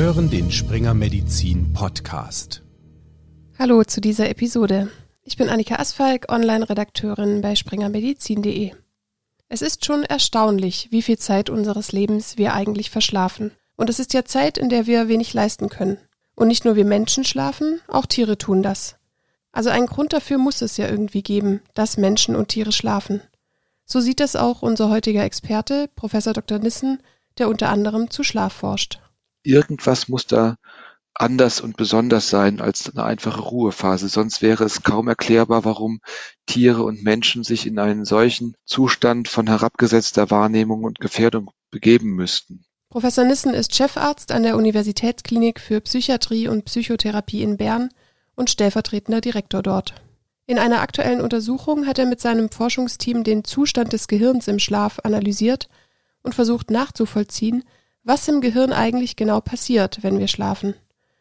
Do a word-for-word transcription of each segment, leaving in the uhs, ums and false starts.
hören den Springer Medizin Podcast. Hallo zu dieser Episode. Ich bin Annika Asfalk, Online-Redakteurin bei springer medizin punkt de. Es ist schon erstaunlich, wie viel Zeit unseres Lebens wir eigentlich verschlafen. Und es ist ja Zeit, in der wir wenig leisten können. Und nicht nur wir Menschen schlafen, auch Tiere tun das. Also einen Grund dafür muss es ja irgendwie geben, dass Menschen und Tiere schlafen. So sieht das auch unser heutiger Experte, Professor Doktor Nissen, der unter anderem zu Schlaf forscht. Irgendwas muss da anders und besonders sein als eine einfache Ruhephase. Sonst wäre es kaum erklärbar, warum Tiere und Menschen sich in einen solchen Zustand von herabgesetzter Wahrnehmung und Gefährdung begeben müssten. Professor Nissen ist Chefarzt an der Universitätsklinik für Psychiatrie und Psychotherapie in Bern und stellvertretender Direktor dort. In einer aktuellen Untersuchung hat er mit seinem Forschungsteam den Zustand des Gehirns im Schlaf analysiert und versucht nachzuvollziehen, was im Gehirn eigentlich genau passiert, wenn wir schlafen.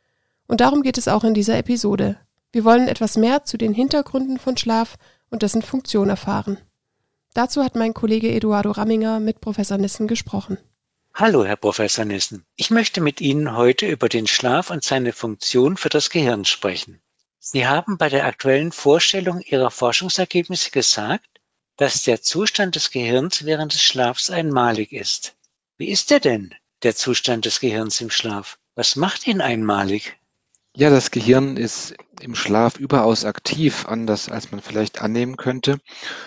Und darum geht es auch in dieser Episode. Wir wollen etwas mehr zu den Hintergründen von Schlaf und dessen Funktion erfahren. Dazu hat mein Kollege Eduardo Ramminger mit Professor Nissen gesprochen. Hallo, Herr Professor Nissen. Ich möchte mit Ihnen heute über den Schlaf und seine Funktion für das Gehirn sprechen. Sie haben bei der aktuellen Vorstellung Ihrer Forschungsergebnisse gesagt, dass der Zustand des Gehirns während des Schlafs einmalig ist. Wie ist der denn, der Zustand des Gehirns im Schlaf? Was macht ihn einmalig? Ja, das Gehirn ist im Schlaf überaus aktiv, anders als man vielleicht annehmen könnte.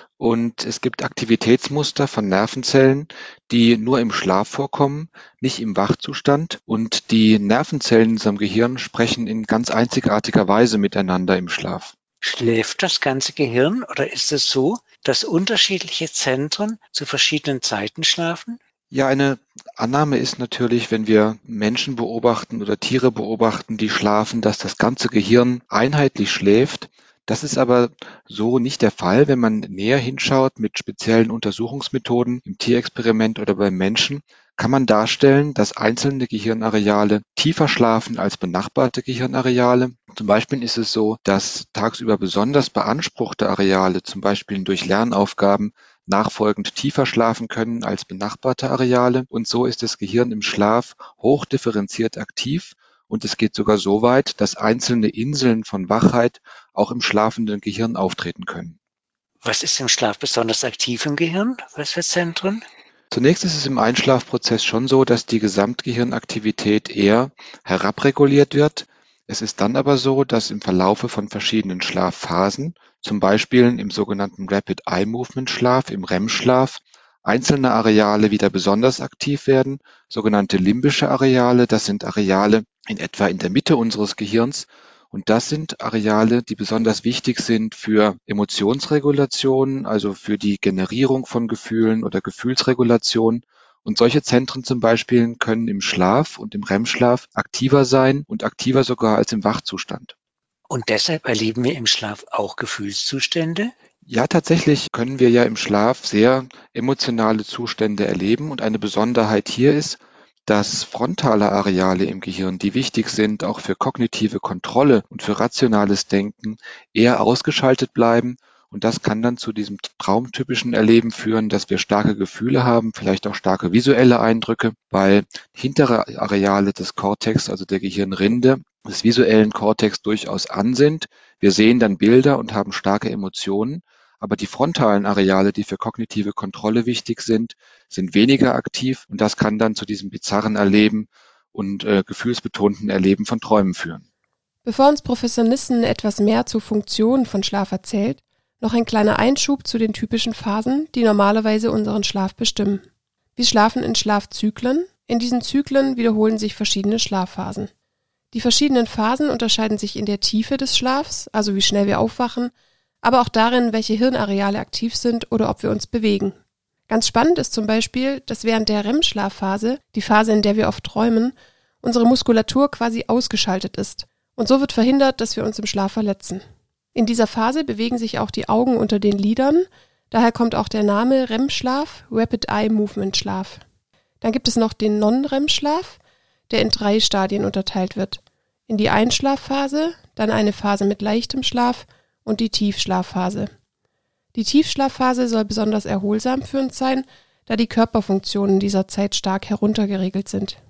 Und es gibt Aktivitätsmuster von Nervenzellen, die nur im Schlaf vorkommen, nicht im Wachzustand. Und die Nervenzellen in unserem Gehirn sprechen in ganz einzigartiger Weise miteinander im Schlaf. Schläft das ganze Gehirn oder ist es so, dass unterschiedliche Zentren zu verschiedenen Zeiten schlafen? Ja, eine Annahme ist natürlich, wenn wir Menschen beobachten oder Tiere beobachten, die schlafen, dass das ganze Gehirn einheitlich schläft. Das ist aber so nicht der Fall, wenn man näher hinschaut mit speziellen Untersuchungsmethoden im Tierexperiment oder beim Menschen, kann man darstellen, dass einzelne Gehirnareale tiefer schlafen als benachbarte Gehirnareale. Zum Beispiel ist es so, dass tagsüber besonders beanspruchte Areale, zum Beispiel durch Lernaufgaben, nachfolgend tiefer schlafen können als benachbarte Areale. Und so ist das Gehirn im Schlaf hochdifferenziert aktiv. Und es geht sogar so weit, dass einzelne Inseln von Wachheit auch im schlafenden Gehirn auftreten können. Was ist im Schlaf besonders aktiv im Gehirn? Was für Zentren? Zunächst ist es im Einschlafprozess schon so, dass die Gesamtgehirnaktivität eher herabreguliert wird. Es ist dann aber so, dass im Verlaufe von verschiedenen Schlafphasen, zum Beispiel im sogenannten Rapid Eye Movement Schlaf, im R E M-Schlaf, einzelne Areale wieder besonders aktiv werden, sogenannte limbische Areale. Das sind Areale in etwa in der Mitte unseres Gehirns. Und das sind Areale, die besonders wichtig sind für Emotionsregulation, also für die Generierung von Gefühlen oder Gefühlsregulation. Und solche Zentren zum Beispiel können im Schlaf und im R E M-Schlaf aktiver sein und aktiver sogar als im Wachzustand. Und deshalb erleben wir im Schlaf auch Gefühlszustände? Ja, tatsächlich können wir ja im Schlaf sehr emotionale Zustände erleben. Und eine Besonderheit hier ist, dass frontale Areale im Gehirn, die wichtig sind auch für kognitive Kontrolle und für rationales Denken, eher ausgeschaltet bleiben. Und das kann dann zu diesem traumtypischen Erleben führen, dass wir starke Gefühle haben, vielleicht auch starke visuelle Eindrücke, weil hintere Areale des Kortex, also der Gehirnrinde, des visuellen Kortex durchaus an sind. Wir sehen dann Bilder und haben starke Emotionen. Aber die frontalen Areale, die für kognitive Kontrolle wichtig sind, sind weniger aktiv und das kann dann zu diesem bizarren Erleben und äh, gefühlsbetonten Erleben von Träumen führen. Bevor uns Professor Nissen etwas mehr zur Funktion von Schlaf erzählt, noch ein kleiner Einschub zu den typischen Phasen, die normalerweise unseren Schlaf bestimmen. Wir schlafen in Schlafzyklen. In diesen Zyklen wiederholen sich verschiedene Schlafphasen. Die verschiedenen Phasen unterscheiden sich in der Tiefe des Schlafs, also wie schnell wir aufwachen, aber auch darin, welche Hirnareale aktiv sind oder ob wir uns bewegen. Ganz spannend ist zum Beispiel, dass während der R E M-Schlafphase, die Phase, in der wir oft träumen, unsere Muskulatur quasi ausgeschaltet ist. Und so wird verhindert, dass wir uns im Schlaf verletzen. In dieser Phase bewegen sich auch die Augen unter den Lidern, daher kommt auch der Name R E M-Schlaf, Rapid Eye Movement Schlaf. Dann gibt es noch den Non-R E M-Schlaf, der in drei Stadien unterteilt wird. In die Einschlafphase, dann eine Phase mit leichtem Schlaf und die Tiefschlafphase. Die Tiefschlafphase soll besonders erholsam für uns sein, da die Körperfunktionen dieser Zeit stark heruntergeregelt sind.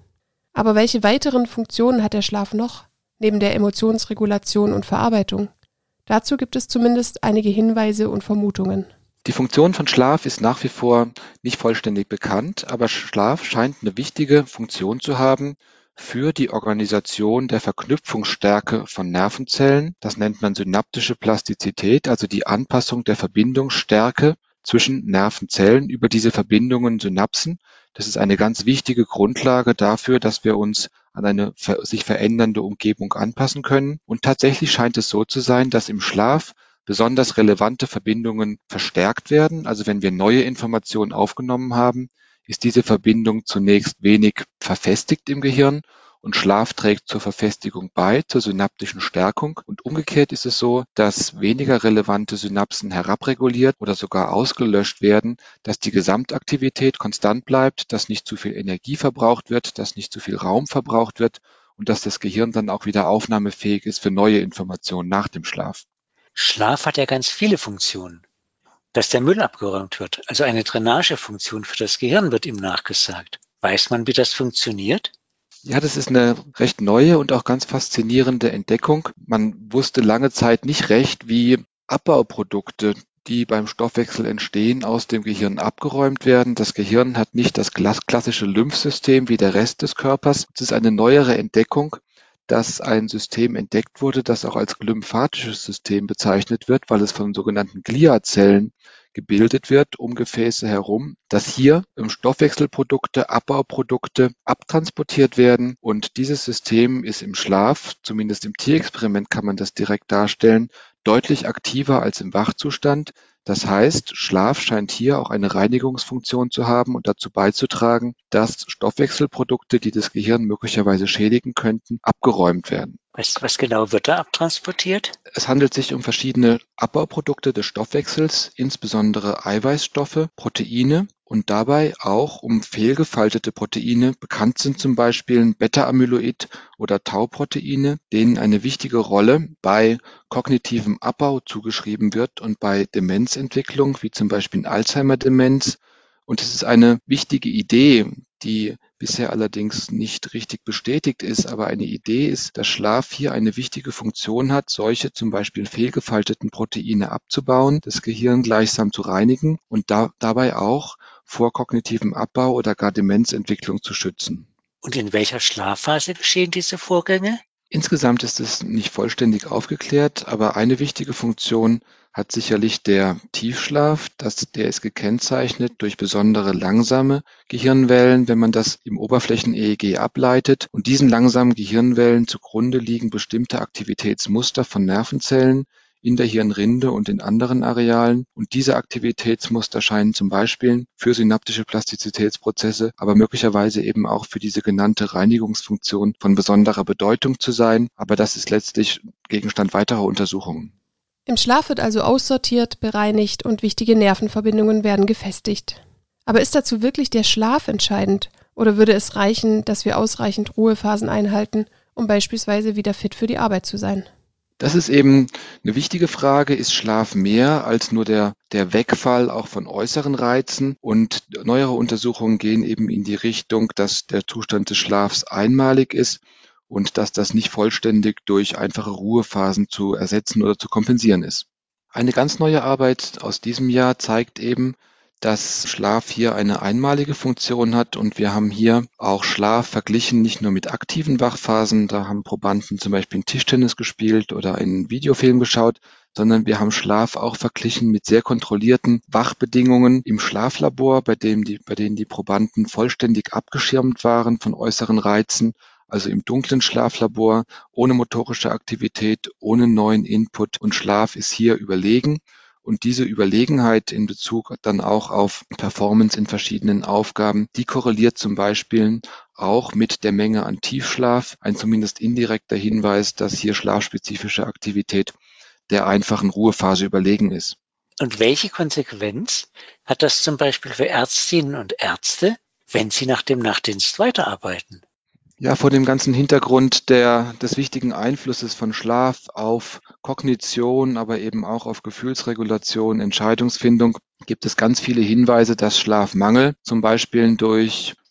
Aber welche weiteren Funktionen hat der Schlaf noch, neben der Emotionsregulation und Verarbeitung? Dazu gibt es zumindest einige Hinweise und Vermutungen. Die Funktion von Schlaf ist nach wie vor nicht vollständig bekannt, aber Schlaf scheint eine wichtige Funktion zu haben für die Organisation der Verknüpfungsstärke von Nervenzellen. Das nennt man synaptische Plastizität, also die Anpassung der Verbindungsstärke zwischen Nervenzellen über diese Verbindungen Synapsen. Das ist eine ganz wichtige Grundlage dafür, dass wir uns an eine sich verändernde Umgebung anpassen können. Und tatsächlich scheint es so zu sein, dass im Schlaf besonders relevante Verbindungen verstärkt werden. Also wenn wir neue Informationen aufgenommen haben, ist diese Verbindung zunächst wenig verfestigt im Gehirn und Schlaf trägt zur Verfestigung bei, zur synaptischen Stärkung. Und umgekehrt ist es so, dass weniger relevante Synapsen herabreguliert oder sogar ausgelöscht werden, dass die Gesamtaktivität konstant bleibt, dass nicht zu viel Energie verbraucht wird, dass nicht zu viel Raum verbraucht wird und dass das Gehirn dann auch wieder aufnahmefähig ist für neue Informationen nach dem Schlaf. Schlaf hat ja ganz viele Funktionen. Dass der Müll abgeräumt wird, also eine Drainagefunktion für das Gehirn, wird ihm nachgesagt. Weiß man, wie das funktioniert? Ja, das ist eine recht neue und auch ganz faszinierende Entdeckung. Man wusste lange Zeit nicht recht, wie Abbauprodukte, die beim Stoffwechsel entstehen, aus dem Gehirn abgeräumt werden. Das Gehirn hat nicht das klassische Lymphsystem wie der Rest des Körpers. Es ist eine neuere Entdeckung, dass ein System entdeckt wurde, das auch als glymphatisches System bezeichnet wird, weil es von sogenannten Gliazellen gebildet wird, um Gefäße herum, dass hier Stoffwechselprodukte, Abbauprodukte abtransportiert werden. Und dieses System ist im Schlaf, zumindest im Tierexperiment kann man das direkt darstellen, deutlich aktiver als im Wachzustand. Das heißt, Schlaf scheint hier auch eine Reinigungsfunktion zu haben und dazu beizutragen, dass Stoffwechselprodukte, die das Gehirn möglicherweise schädigen könnten, abgeräumt werden. Was, was genau wird da abtransportiert? Es handelt sich um verschiedene Abbauprodukte des Stoffwechsels, insbesondere Eiweißstoffe, Proteine und dabei auch um fehlgefaltete Proteine. Bekannt sind zum Beispiel Beta-Amyloid oder Tau-Proteine, denen eine wichtige Rolle bei kognitivem Abbau zugeschrieben wird und bei Demenzentwicklung, wie zum Beispiel Alzheimer-Demenz. Und es ist eine wichtige Idee, die bisher allerdings nicht richtig bestätigt ist, aber eine Idee ist, dass Schlaf hier eine wichtige Funktion hat, solche zum Beispiel fehlgefalteten Proteine abzubauen, das Gehirn gleichsam zu reinigen und da, dabei auch vor kognitivem Abbau oder gar Demenzentwicklung zu schützen. Und in welcher Schlafphase geschehen diese Vorgänge? Insgesamt ist es nicht vollständig aufgeklärt, aber eine wichtige Funktion hat sicherlich der Tiefschlaf. Das, der ist gekennzeichnet durch besondere langsame Gehirnwellen, wenn man das im Oberflächen-E E G ableitet. Und diesen langsamen Gehirnwellen zugrunde liegen bestimmte Aktivitätsmuster von Nervenzellen in der Hirnrinde und in anderen Arealen. Und diese Aktivitätsmuster scheinen zum Beispiel für synaptische Plastizitätsprozesse, aber möglicherweise eben auch für diese genannte Reinigungsfunktion von besonderer Bedeutung zu sein. Aber das ist letztlich Gegenstand weiterer Untersuchungen. Im Schlaf wird also aussortiert, bereinigt und wichtige Nervenverbindungen werden gefestigt. Aber ist dazu wirklich der Schlaf entscheidend? Oder würde es reichen, dass wir ausreichend Ruhephasen einhalten, um beispielsweise wieder fit für die Arbeit zu sein? Das ist eben eine wichtige Frage. Ist Schlaf mehr als nur der, der Wegfall auch von äußeren Reizen? Und neuere Untersuchungen gehen eben in die Richtung, dass der Zustand des Schlafs einmalig ist und dass das nicht vollständig durch einfache Ruhephasen zu ersetzen oder zu kompensieren ist. Eine ganz neue Arbeit aus diesem Jahr zeigt eben, dass Schlaf hier eine einmalige Funktion hat und wir haben hier auch Schlaf verglichen, nicht nur mit aktiven Wachphasen, da haben Probanden zum Beispiel Tischtennis gespielt oder einen Videofilm geschaut, sondern wir haben Schlaf auch verglichen mit sehr kontrollierten Wachbedingungen im Schlaflabor, bei denen die, bei denen die Probanden vollständig abgeschirmt waren von äußeren Reizen, also im dunklen Schlaflabor, ohne motorische Aktivität, ohne neuen Input und Schlaf ist hier überlegen. Und diese Überlegenheit in Bezug dann auch auf Performance in verschiedenen Aufgaben, die korreliert zum Beispiel auch mit der Menge an Tiefschlaf, ein zumindest indirekter Hinweis, dass hier schlafspezifische Aktivität der einfachen Ruhephase überlegen ist. Und welche Konsequenz hat das zum Beispiel für Ärztinnen und Ärzte, wenn sie nach dem Nachtdienst weiterarbeiten? Ja, vor dem ganzen Hintergrund der, des wichtigen Einflusses von Schlaf auf Kognition, aber eben auch auf Gefühlsregulation, Entscheidungsfindung, gibt es ganz viele Hinweise, dass Schlafmangel, zum Beispiel durch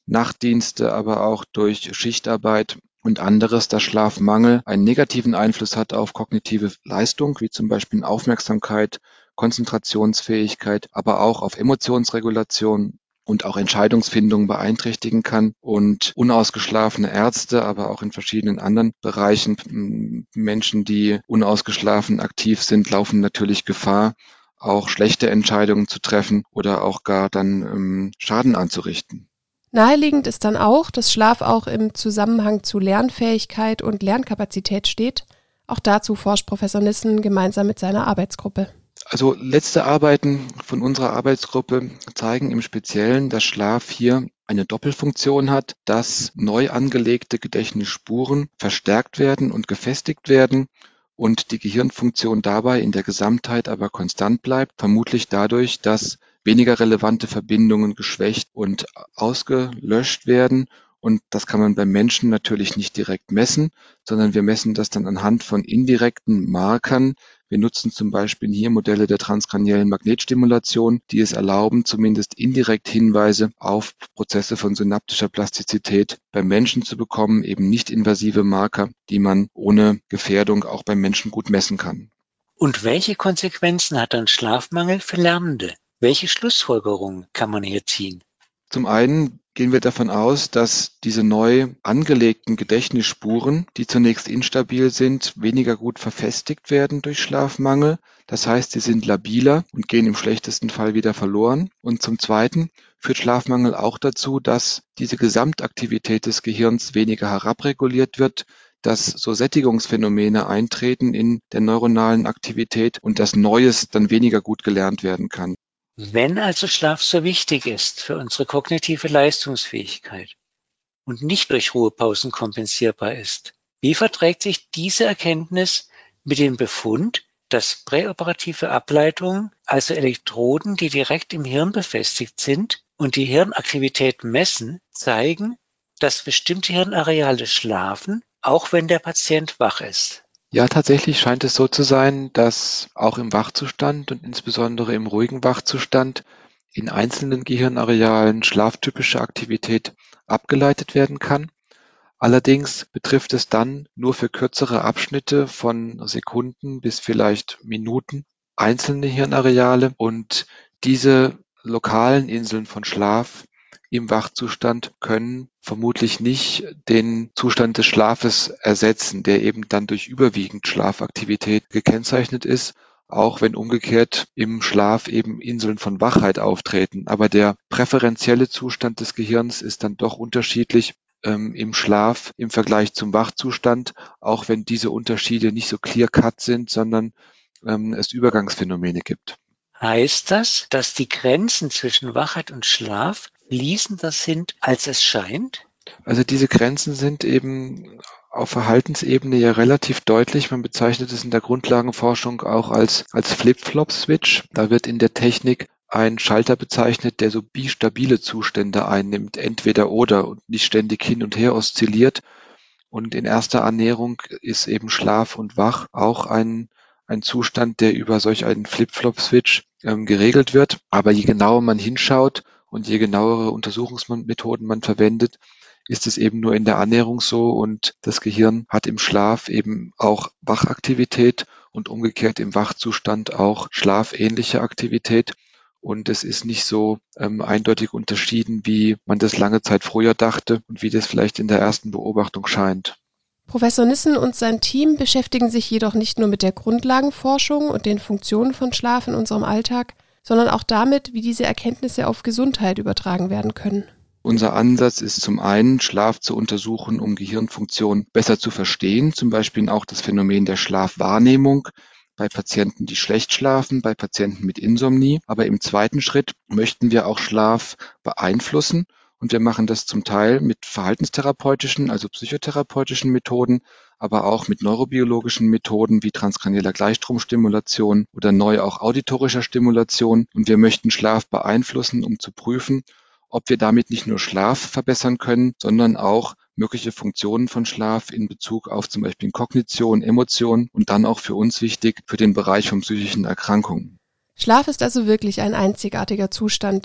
Nachtdienste, aber auch durch Schichtarbeit und anderes, dass Schlafmangel einen negativen Einfluss hat auf kognitive Leistung, wie zum Beispiel Aufmerksamkeit, Konzentrationsfähigkeit, aber auch auf Emotionsregulation und auch Entscheidungsfindung beeinträchtigen kann. Und unausgeschlafene Ärzte, aber auch in verschiedenen anderen Bereichen, Menschen, die unausgeschlafen aktiv sind, laufen natürlich Gefahr, auch schlechte Entscheidungen zu treffen oder auch gar dann ähm, Schaden anzurichten. Naheliegend ist dann auch, dass Schlaf auch im Zusammenhang zu Lernfähigkeit und Lernkapazität steht. Auch dazu forscht Professor Nissen gemeinsam mit seiner Arbeitsgruppe. Also letzte Arbeiten von unserer Arbeitsgruppe zeigen im Speziellen, dass Schlaf hier eine Doppelfunktion hat, dass neu angelegte Gedächtnisspuren verstärkt werden und gefestigt werden und die Gehirnfunktion dabei in der Gesamtheit aber konstant bleibt, vermutlich dadurch, dass weniger relevante Verbindungen geschwächt und ausgelöscht werden. Und das kann man beim Menschen natürlich nicht direkt messen, sondern wir messen das dann anhand von indirekten Markern. Wir nutzen zum Beispiel hier Modelle der transkraniellen Magnetstimulation, die es erlauben, zumindest indirekt Hinweise auf Prozesse von synaptischer Plastizität beim Menschen zu bekommen, eben nicht invasive Marker, die man ohne Gefährdung auch beim Menschen gut messen kann. Und welche Konsequenzen hat dann Schlafmangel für Lernende? Welche Schlussfolgerungen kann man hier ziehen? Zum einen gehen wir davon aus, dass diese neu angelegten Gedächtnisspuren, die zunächst instabil sind, weniger gut verfestigt werden durch Schlafmangel. Das heißt, sie sind labiler und gehen im schlechtesten Fall wieder verloren. Und zum Zweiten führt Schlafmangel auch dazu, dass diese Gesamtaktivität des Gehirns weniger herabreguliert wird, dass so Sättigungsphänomene eintreten in der neuronalen Aktivität und dass Neues dann weniger gut gelernt werden kann. Wenn also Schlaf so wichtig ist für unsere kognitive Leistungsfähigkeit und nicht durch Ruhepausen kompensierbar ist, wie verträgt sich diese Erkenntnis mit dem Befund, dass präoperative Ableitungen, also Elektroden, die direkt im Hirn befestigt sind und die Hirnaktivität messen, zeigen, dass bestimmte Hirnareale schlafen, auch wenn der Patient wach ist? Ja, tatsächlich scheint es so zu sein, dass auch im Wachzustand und insbesondere im ruhigen Wachzustand in einzelnen Gehirnarealen schlaftypische Aktivität abgeleitet werden kann. Allerdings betrifft es dann nur für kürzere Abschnitte von Sekunden bis vielleicht Minuten einzelne Hirnareale und diese lokalen Inseln von Schlaf im Wachzustand können vermutlich nicht den Zustand des Schlafes ersetzen, der eben dann durch überwiegend Schlafaktivität gekennzeichnet ist, auch wenn umgekehrt im Schlaf eben Inseln von Wachheit auftreten. Aber der präferentielle Zustand des Gehirns ist dann doch unterschiedlich ähm, im Schlaf im Vergleich zum Wachzustand, auch wenn diese Unterschiede nicht so clear-cut sind, sondern ähm, es Übergangsphänomene gibt. Heißt das, dass die Grenzen zwischen Wachheit und Schlaf fließender sind, als es scheint? Also diese Grenzen sind eben auf Verhaltensebene ja relativ deutlich. Man bezeichnet es in der Grundlagenforschung auch als, als Flip-Flop-Switch. Da wird in der Technik ein Schalter bezeichnet, der so bistabile Zustände einnimmt, entweder oder und nicht ständig hin und her oszilliert. Und in erster Annäherung ist eben Schlaf und Wach auch ein ein Zustand, der über solch einen Flip-Flop-Switch ähm, geregelt wird. Aber je genauer man hinschaut und je genauere Untersuchungsmethoden man verwendet, ist es eben nur in der Annäherung so und das Gehirn hat im Schlaf eben auch Wachaktivität und umgekehrt im Wachzustand auch schlafähnliche Aktivität. Und es ist nicht so ähm, eindeutig unterschieden, wie man das lange Zeit früher dachte und wie das vielleicht in der ersten Beobachtung scheint. Professor Nissen und sein Team beschäftigen sich jedoch nicht nur mit der Grundlagenforschung und den Funktionen von Schlaf in unserem Alltag, sondern auch damit, wie diese Erkenntnisse auf Gesundheit übertragen werden können. Unser Ansatz ist zum einen, Schlaf zu untersuchen, um Gehirnfunktion besser zu verstehen, zum Beispiel auch das Phänomen der Schlafwahrnehmung bei Patienten, die schlecht schlafen, bei Patienten mit Insomnie. Aber im zweiten Schritt möchten wir auch Schlaf beeinflussen. Und wir machen das zum Teil mit verhaltenstherapeutischen, also psychotherapeutischen Methoden, aber auch mit neurobiologischen Methoden wie transkranieller Gleichstromstimulation oder neu auch auditorischer Stimulation. Und wir möchten Schlaf beeinflussen, um zu prüfen, ob wir damit nicht nur Schlaf verbessern können, sondern auch mögliche Funktionen von Schlaf in Bezug auf zum Beispiel Kognition, Emotionen und dann auch für uns wichtig für den Bereich von psychischen Erkrankungen. Schlaf ist also wirklich ein einzigartiger Zustand.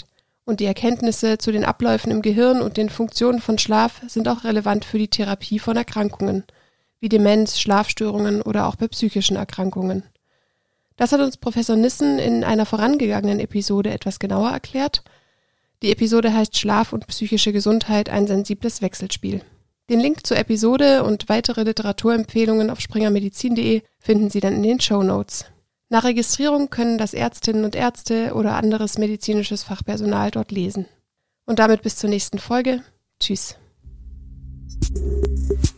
Und die Erkenntnisse zu den Abläufen im Gehirn und den Funktionen von Schlaf sind auch relevant für die Therapie von Erkrankungen, wie Demenz, Schlafstörungen oder auch bei psychischen Erkrankungen. Das hat uns Professor Nissen in einer vorangegangenen Episode etwas genauer erklärt. Die Episode heißt Schlaf und psychische Gesundheit, ein sensibles Wechselspiel. Den Link zur Episode und weitere Literaturempfehlungen auf springer medizin punkt de finden Sie dann in den Shownotes. Nach Registrierung können das Ärztinnen und Ärzte oder anderes medizinisches Fachpersonal dort lesen. Und damit bis zur nächsten Folge. Tschüss.